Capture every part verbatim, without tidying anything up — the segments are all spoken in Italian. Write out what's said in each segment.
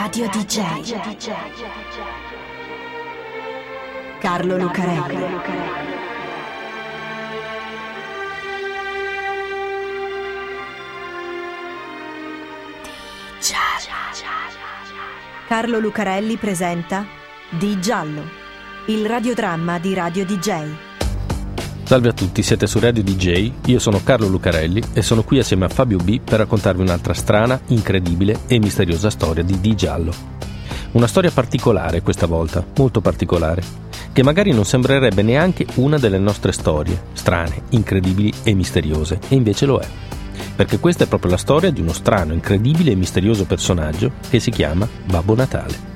Radio D J Carlo Lucarelli. Carlo Lucarelli presenta Di Giallo, il radiodramma di Radio D J. Salve a tutti, siete su Radio D J, io sono Carlo Lucarelli e sono qui assieme a Fabio B per raccontarvi un'altra strana, incredibile e misteriosa storia di Di Giallo. Una storia particolare questa volta, molto particolare, che magari non sembrerebbe neanche una delle nostre storie, strane, incredibili e misteriose, e invece lo è. Perché questa è proprio la storia di uno strano, incredibile e misterioso personaggio che si chiama Babbo Natale.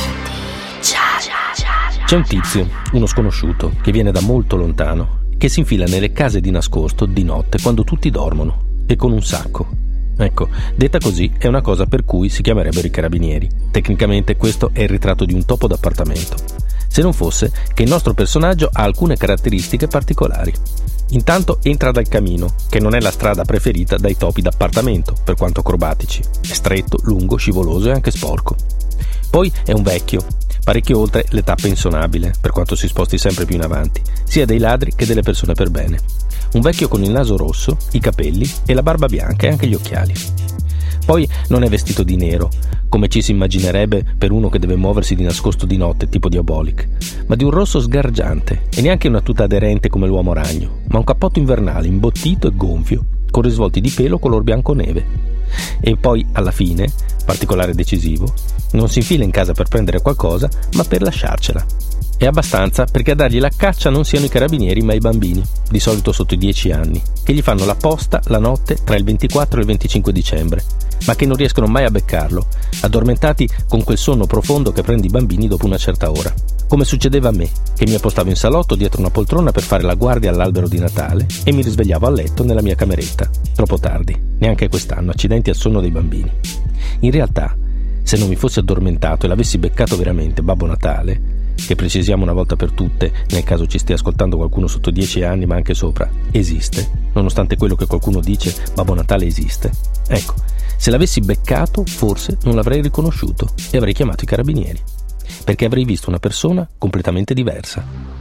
C'è un tizio, uno sconosciuto, che viene da molto lontano, che si infila nelle case di nascosto di notte quando tutti dormono, e con un sacco. Ecco, detta così è una cosa per cui si chiamerebbero i carabinieri. Tecnicamente questo è il ritratto di un topo d'appartamento. Se non fosse che il nostro personaggio ha alcune caratteristiche particolari. Intanto entra dal camino, che non è la strada preferita dai topi d'appartamento, per quanto acrobatici. È stretto, lungo, scivoloso e anche sporco. Poi è un vecchio, parecchio oltre l'età pensionabile, per quanto si sposti sempre più in avanti, sia dei ladri che delle persone per bene. Un vecchio con il naso rosso, i capelli e la barba bianca e anche gli occhiali. Poi non è vestito di nero, come ci si immaginerebbe per uno che deve muoversi di nascosto di notte, tipo Diabolic, ma di un rosso sgargiante, e neanche una tuta aderente come l'uomo ragno, ma un cappotto invernale imbottito e gonfio, con risvolti di pelo color bianco neve. E poi, alla fine, particolare decisivo, non si infila in casa per prendere qualcosa, ma per lasciarcela. È abbastanza perché a dargli la caccia non siano i carabinieri ma i bambini, di solito sotto i dieci anni, che gli fanno la posta la notte tra il ventiquattro e il venticinque dicembre, ma che non riescono mai a beccarlo, addormentati con quel sonno profondo che prende i bambini dopo una certa ora. Come succedeva a me, che mi appostavo in salotto dietro una poltrona per fare la guardia all'albero di Natale e mi risvegliavo a letto nella mia cameretta. Troppo tardi, neanche quest'anno, accidenti al sonno dei bambini. In realtà, se non mi fossi addormentato e l'avessi beccato veramente Babbo Natale, che precisiamo una volta per tutte, nel caso ci stia ascoltando qualcuno sotto dieci anni ma anche sopra, esiste, nonostante quello che qualcuno dice, Babbo Natale esiste. Ecco, se l'avessi beccato forse non l'avrei riconosciuto e avrei chiamato i carabinieri, perché avrei visto una persona completamente diversa.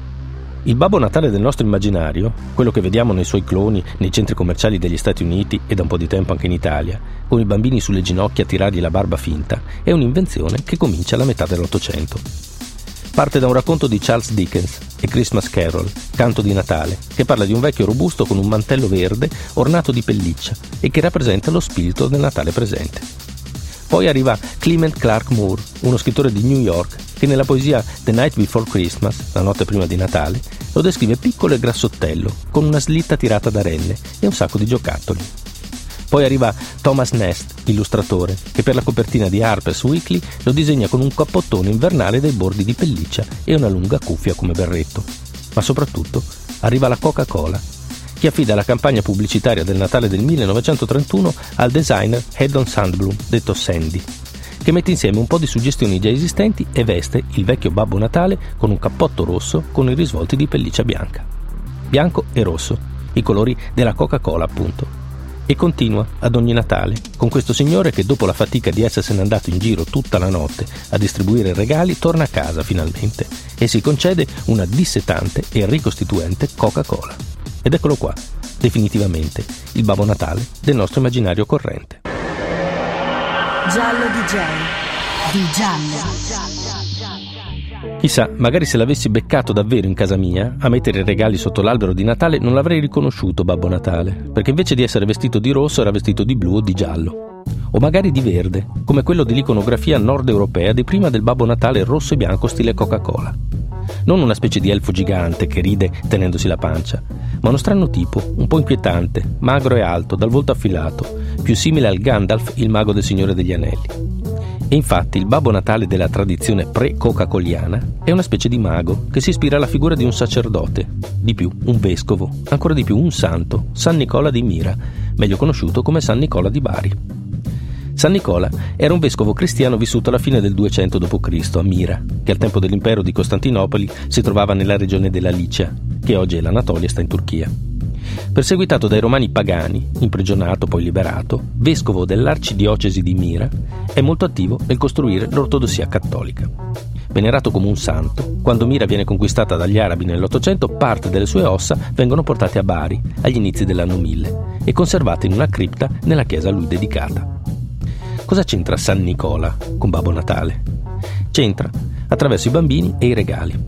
Il Babbo Natale del nostro immaginario, quello che vediamo nei suoi cloni nei centri commerciali degli Stati Uniti e da un po' di tempo anche in Italia, con i bambini sulle ginocchia a tirargli la barba finta, è un'invenzione che comincia alla metà dell'Ottocento. Parte da un racconto di Charles Dickens, A Christmas Carol, Canto di Natale, che parla di un vecchio robusto con un mantello verde ornato di pelliccia e che rappresenta lo spirito del Natale presente. Poi arriva Clement Clark Moore, uno scrittore di New York, che nella poesia The Night Before Christmas, la notte prima di Natale, lo descrive piccolo e grassottello, con una slitta tirata da renne e un sacco di giocattoli. Poi arriva Thomas Nast, illustratore, che per la copertina di Harper's Weekly lo disegna con un cappottone invernale dai bordi di pelliccia e una lunga cuffia come berretto. Ma soprattutto arriva la Coca-Cola, che affida la campagna pubblicitaria del Natale del millenovecentotrentuno al designer Haddon Sandblum, detto Sandy, che mette insieme un po' di suggestioni già esistenti e veste il vecchio Babbo Natale con un cappotto rosso con i risvolti di pelliccia bianca. Bianco e rosso, i colori della Coca-Cola appunto. E continua ad ogni Natale con questo signore che dopo la fatica di essersene andato in giro tutta la notte a distribuire regali torna a casa finalmente e si concede una dissetante e ricostituente Coca-Cola. Ed eccolo qua, definitivamente, il Babbo Natale del nostro immaginario corrente. Giallo D J, Di Giallo. Chissà, magari se l'avessi beccato davvero in casa mia, a mettere i regali sotto l'albero di Natale, non l'avrei riconosciuto Babbo Natale, perché invece di essere vestito di rosso era vestito di blu o di giallo. O magari di verde, come quello dell'iconografia nord europea di prima del Babbo Natale rosso e bianco stile Coca-Cola. Non una specie di elfo gigante che ride tenendosi la pancia, ma uno strano tipo, un po' inquietante, magro e alto, dal volto affilato, più simile al Gandalf, il mago del Signore degli Anelli. E infatti il Babbo Natale della tradizione pre-cocacoliana è una specie di mago che si ispira alla figura di un sacerdote, di più un vescovo, ancora di più un santo, San Nicola di Mira, meglio conosciuto come San Nicola di Bari. San Nicola era un vescovo cristiano vissuto alla fine del duecento dopo Cristo a Mira, che al tempo dell'impero di Costantinopoli si trovava nella regione della Licia, che oggi è l'Anatolia e sta in Turchia. Perseguitato dai romani pagani, imprigionato poi liberato, vescovo dell'arcidiocesi di Mira, è molto attivo nel costruire l'ortodossia cattolica. Venerato come un santo, quando Mira viene conquistata dagli arabi nell'Ottocento, parte delle sue ossa vengono portate a Bari agli inizi dell'anno mille e conservate in una cripta nella chiesa a lui dedicata. Cosa c'entra San Nicola con Babbo Natale? C'entra attraverso i bambini e i regali.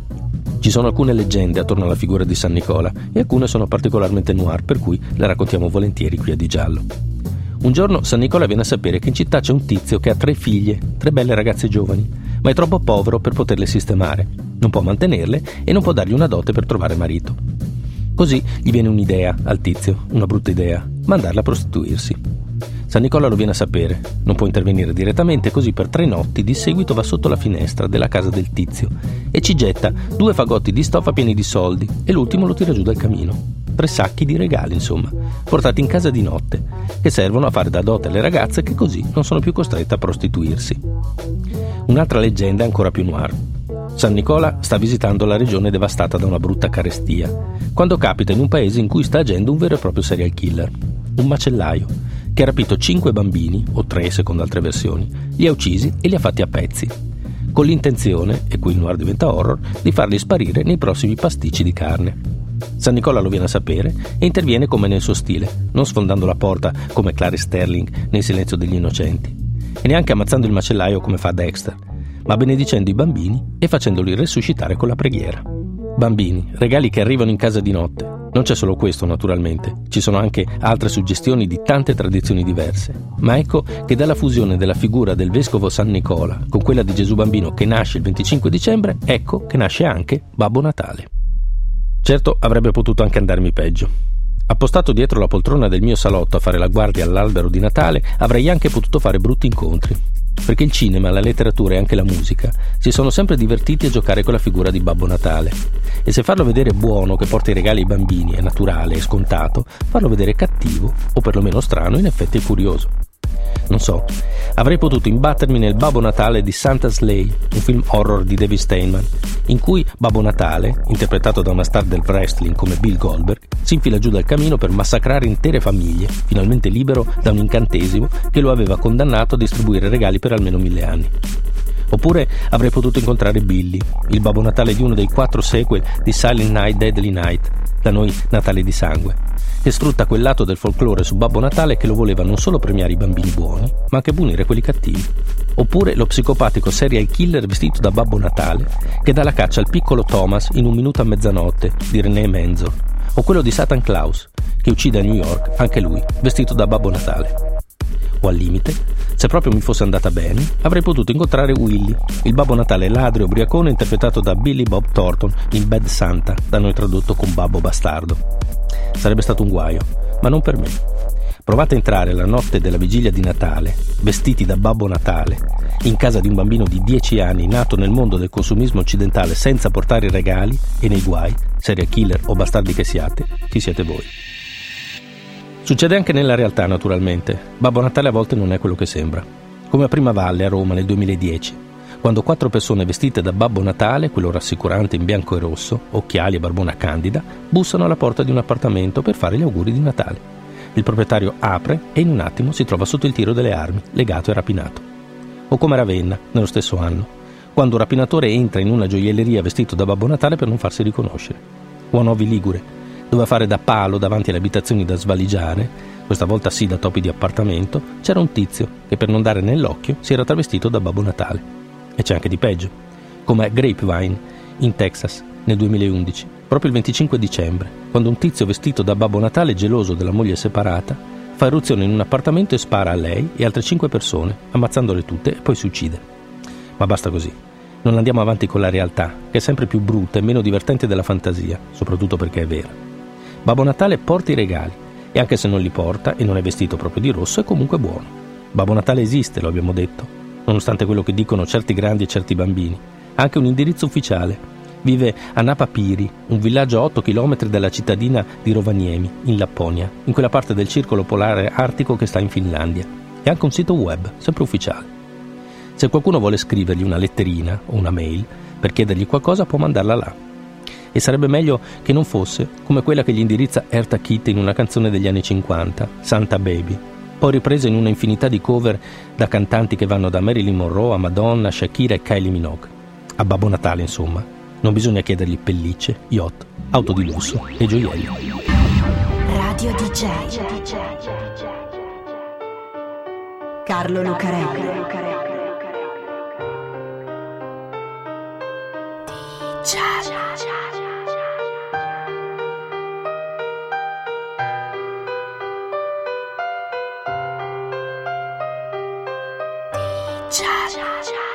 Ci sono alcune leggende attorno alla figura di San Nicola e alcune sono particolarmente noir, per cui le raccontiamo volentieri qui a Di Giallo. Un giorno San Nicola viene a sapere che in città c'è un tizio che ha tre figlie, tre belle ragazze giovani, ma è troppo povero per poterle sistemare, non può mantenerle e non può dargli una dote per trovare marito. Così gli viene un'idea al tizio, una brutta idea, mandarla a prostituirsi. San Nicola lo viene a sapere, non può intervenire direttamente, così per tre notti di seguito va sotto la finestra della casa del tizio e ci getta due fagotti di stoffa pieni di soldi e l'ultimo lo tira giù dal camino. Tre sacchi di regali, insomma, portati in casa di notte, che servono a fare da dote alle ragazze che così non sono più costrette a prostituirsi. Un'altra leggenda è ancora più noir. San Nicola sta visitando la regione devastata da una brutta carestia, quando capita in un paese in cui sta agendo un vero e proprio serial killer, un macellaio, che ha rapito cinque bambini, o tre secondo altre versioni, li ha uccisi e li ha fatti a pezzi, con l'intenzione, e qui il noir diventa horror, di farli sparire nei prossimi pasticci di carne. San Nicola lo viene a sapere e interviene come nel suo stile, non sfondando la porta come Clarice Sterling nel Silenzio degli Innocenti, e neanche ammazzando il macellaio come fa Dexter, ma benedicendo i bambini e facendoli resuscitare con la preghiera. Bambini, regali che arrivano in casa di notte. Non c'è solo questo, naturalmente, ci sono anche altre suggestioni di tante tradizioni diverse, ma ecco che dalla fusione della figura del vescovo San Nicola con quella di Gesù Bambino che nasce il venticinque dicembre, ecco che nasce anche Babbo Natale. Certo, avrebbe potuto anche andarmi peggio. Appostato dietro la poltrona del mio salotto a fare la guardia all'albero di Natale, avrei anche potuto fare brutti incontri, perché il cinema, la letteratura e anche la musica si sono sempre divertiti a giocare con la figura di Babbo Natale. E se farlo vedere buono, che porta i regali ai bambini, è naturale e scontato, farlo vedere cattivo, o perlomeno strano, in effetti è curioso. Non so, avrei potuto imbattermi nel Babbo Natale di Santa's Slay, un film horror di David Steinman, in cui Babbo Natale, interpretato da una star del wrestling come Bill Goldberg, si infila giù dal camino per massacrare intere famiglie, finalmente libero da un incantesimo che lo aveva condannato a distribuire regali per almeno mille anni. Oppure avrei potuto incontrare Billy, il Babbo Natale di uno dei quattro sequel di Silent Night, Deadly Night, da noi Natale di sangue, che sfrutta quel lato del folklore su Babbo Natale che lo voleva non solo premiare i bambini buoni, ma anche punire quelli cattivi. Oppure lo psicopatico serial killer vestito da Babbo Natale che dà la caccia al piccolo Thomas in Un minuto a mezzanotte di René Menzor, o quello di Satan Claus che uccide a New York, anche lui, vestito da Babbo Natale. O al limite, se proprio mi fosse andata bene, avrei potuto incontrare Willy, il Babbo Natale ladro e ubriacone interpretato da Billy Bob Thornton in Bad Santa, da noi tradotto con Babbo Bastardo. Sarebbe stato un guaio, ma non per me. Provate a entrare la notte della vigilia di Natale, vestiti da Babbo Natale, in casa di un bambino di dieci anni nato nel mondo del consumismo occidentale senza portare i regali, e nei guai, serial killer o bastardi che siate, chi siete voi. Succede anche nella realtà, naturalmente. Babbo Natale a volte non è quello che sembra. Come a Primavalle a Roma nel duemiladieci, quando quattro persone vestite da Babbo Natale, quello rassicurante in bianco e rosso, occhiali e barbona candida, bussano alla porta di un appartamento per fare gli auguri di Natale. Il proprietario apre e in un attimo si trova sotto il tiro delle armi, legato e rapinato. O come a Ravenna, nello stesso anno, quando un rapinatore entra in una gioielleria vestito da Babbo Natale per non farsi riconoscere. O a Novi Ligure, dove a fare da palo davanti alle abitazioni da svaligiare, questa volta sì da topi di appartamento, c'era un tizio che per non dare nell'occhio si era travestito da Babbo Natale. E c'è anche di peggio, come a Grapevine, in Texas, nel duemilaundici, proprio il venticinque dicembre, quando un tizio vestito da Babbo Natale, geloso della moglie separata, fa irruzione in un appartamento e spara a lei e altre cinque persone, ammazzandole tutte e poi si uccide. Ma basta così. Non andiamo avanti con la realtà, che è sempre più brutta e meno divertente della fantasia, soprattutto perché è vera. Babbo Natale porta i regali, e anche se non li porta e non è vestito proprio di rosso, è comunque buono. Babbo Natale esiste, lo abbiamo detto, nonostante quello che dicono certi grandi e certi bambini. Ha anche un indirizzo ufficiale. Vive a Napapiri, un villaggio a otto chilometri dalla cittadina di Rovaniemi, in Lapponia, in quella parte del circolo polare artico che sta in Finlandia. E anche un sito web, sempre ufficiale. Se qualcuno vuole scrivergli una letterina o una mail per chiedergli qualcosa, può mandarla là. e sarebbe meglio che non fosse come quella che gli indirizza Eartha Kitt in una canzone degli anni cinquanta, Santa Baby, poi ripresa in una infinità di cover da cantanti che vanno da Marilyn Monroe a Madonna, Shakira e Kylie Minogue. A Babbo Natale, insomma, non bisogna chiedergli pellicce, yacht, auto di lusso e gioielli. Radio D J Carlo Lucarelli. Cha cha cha.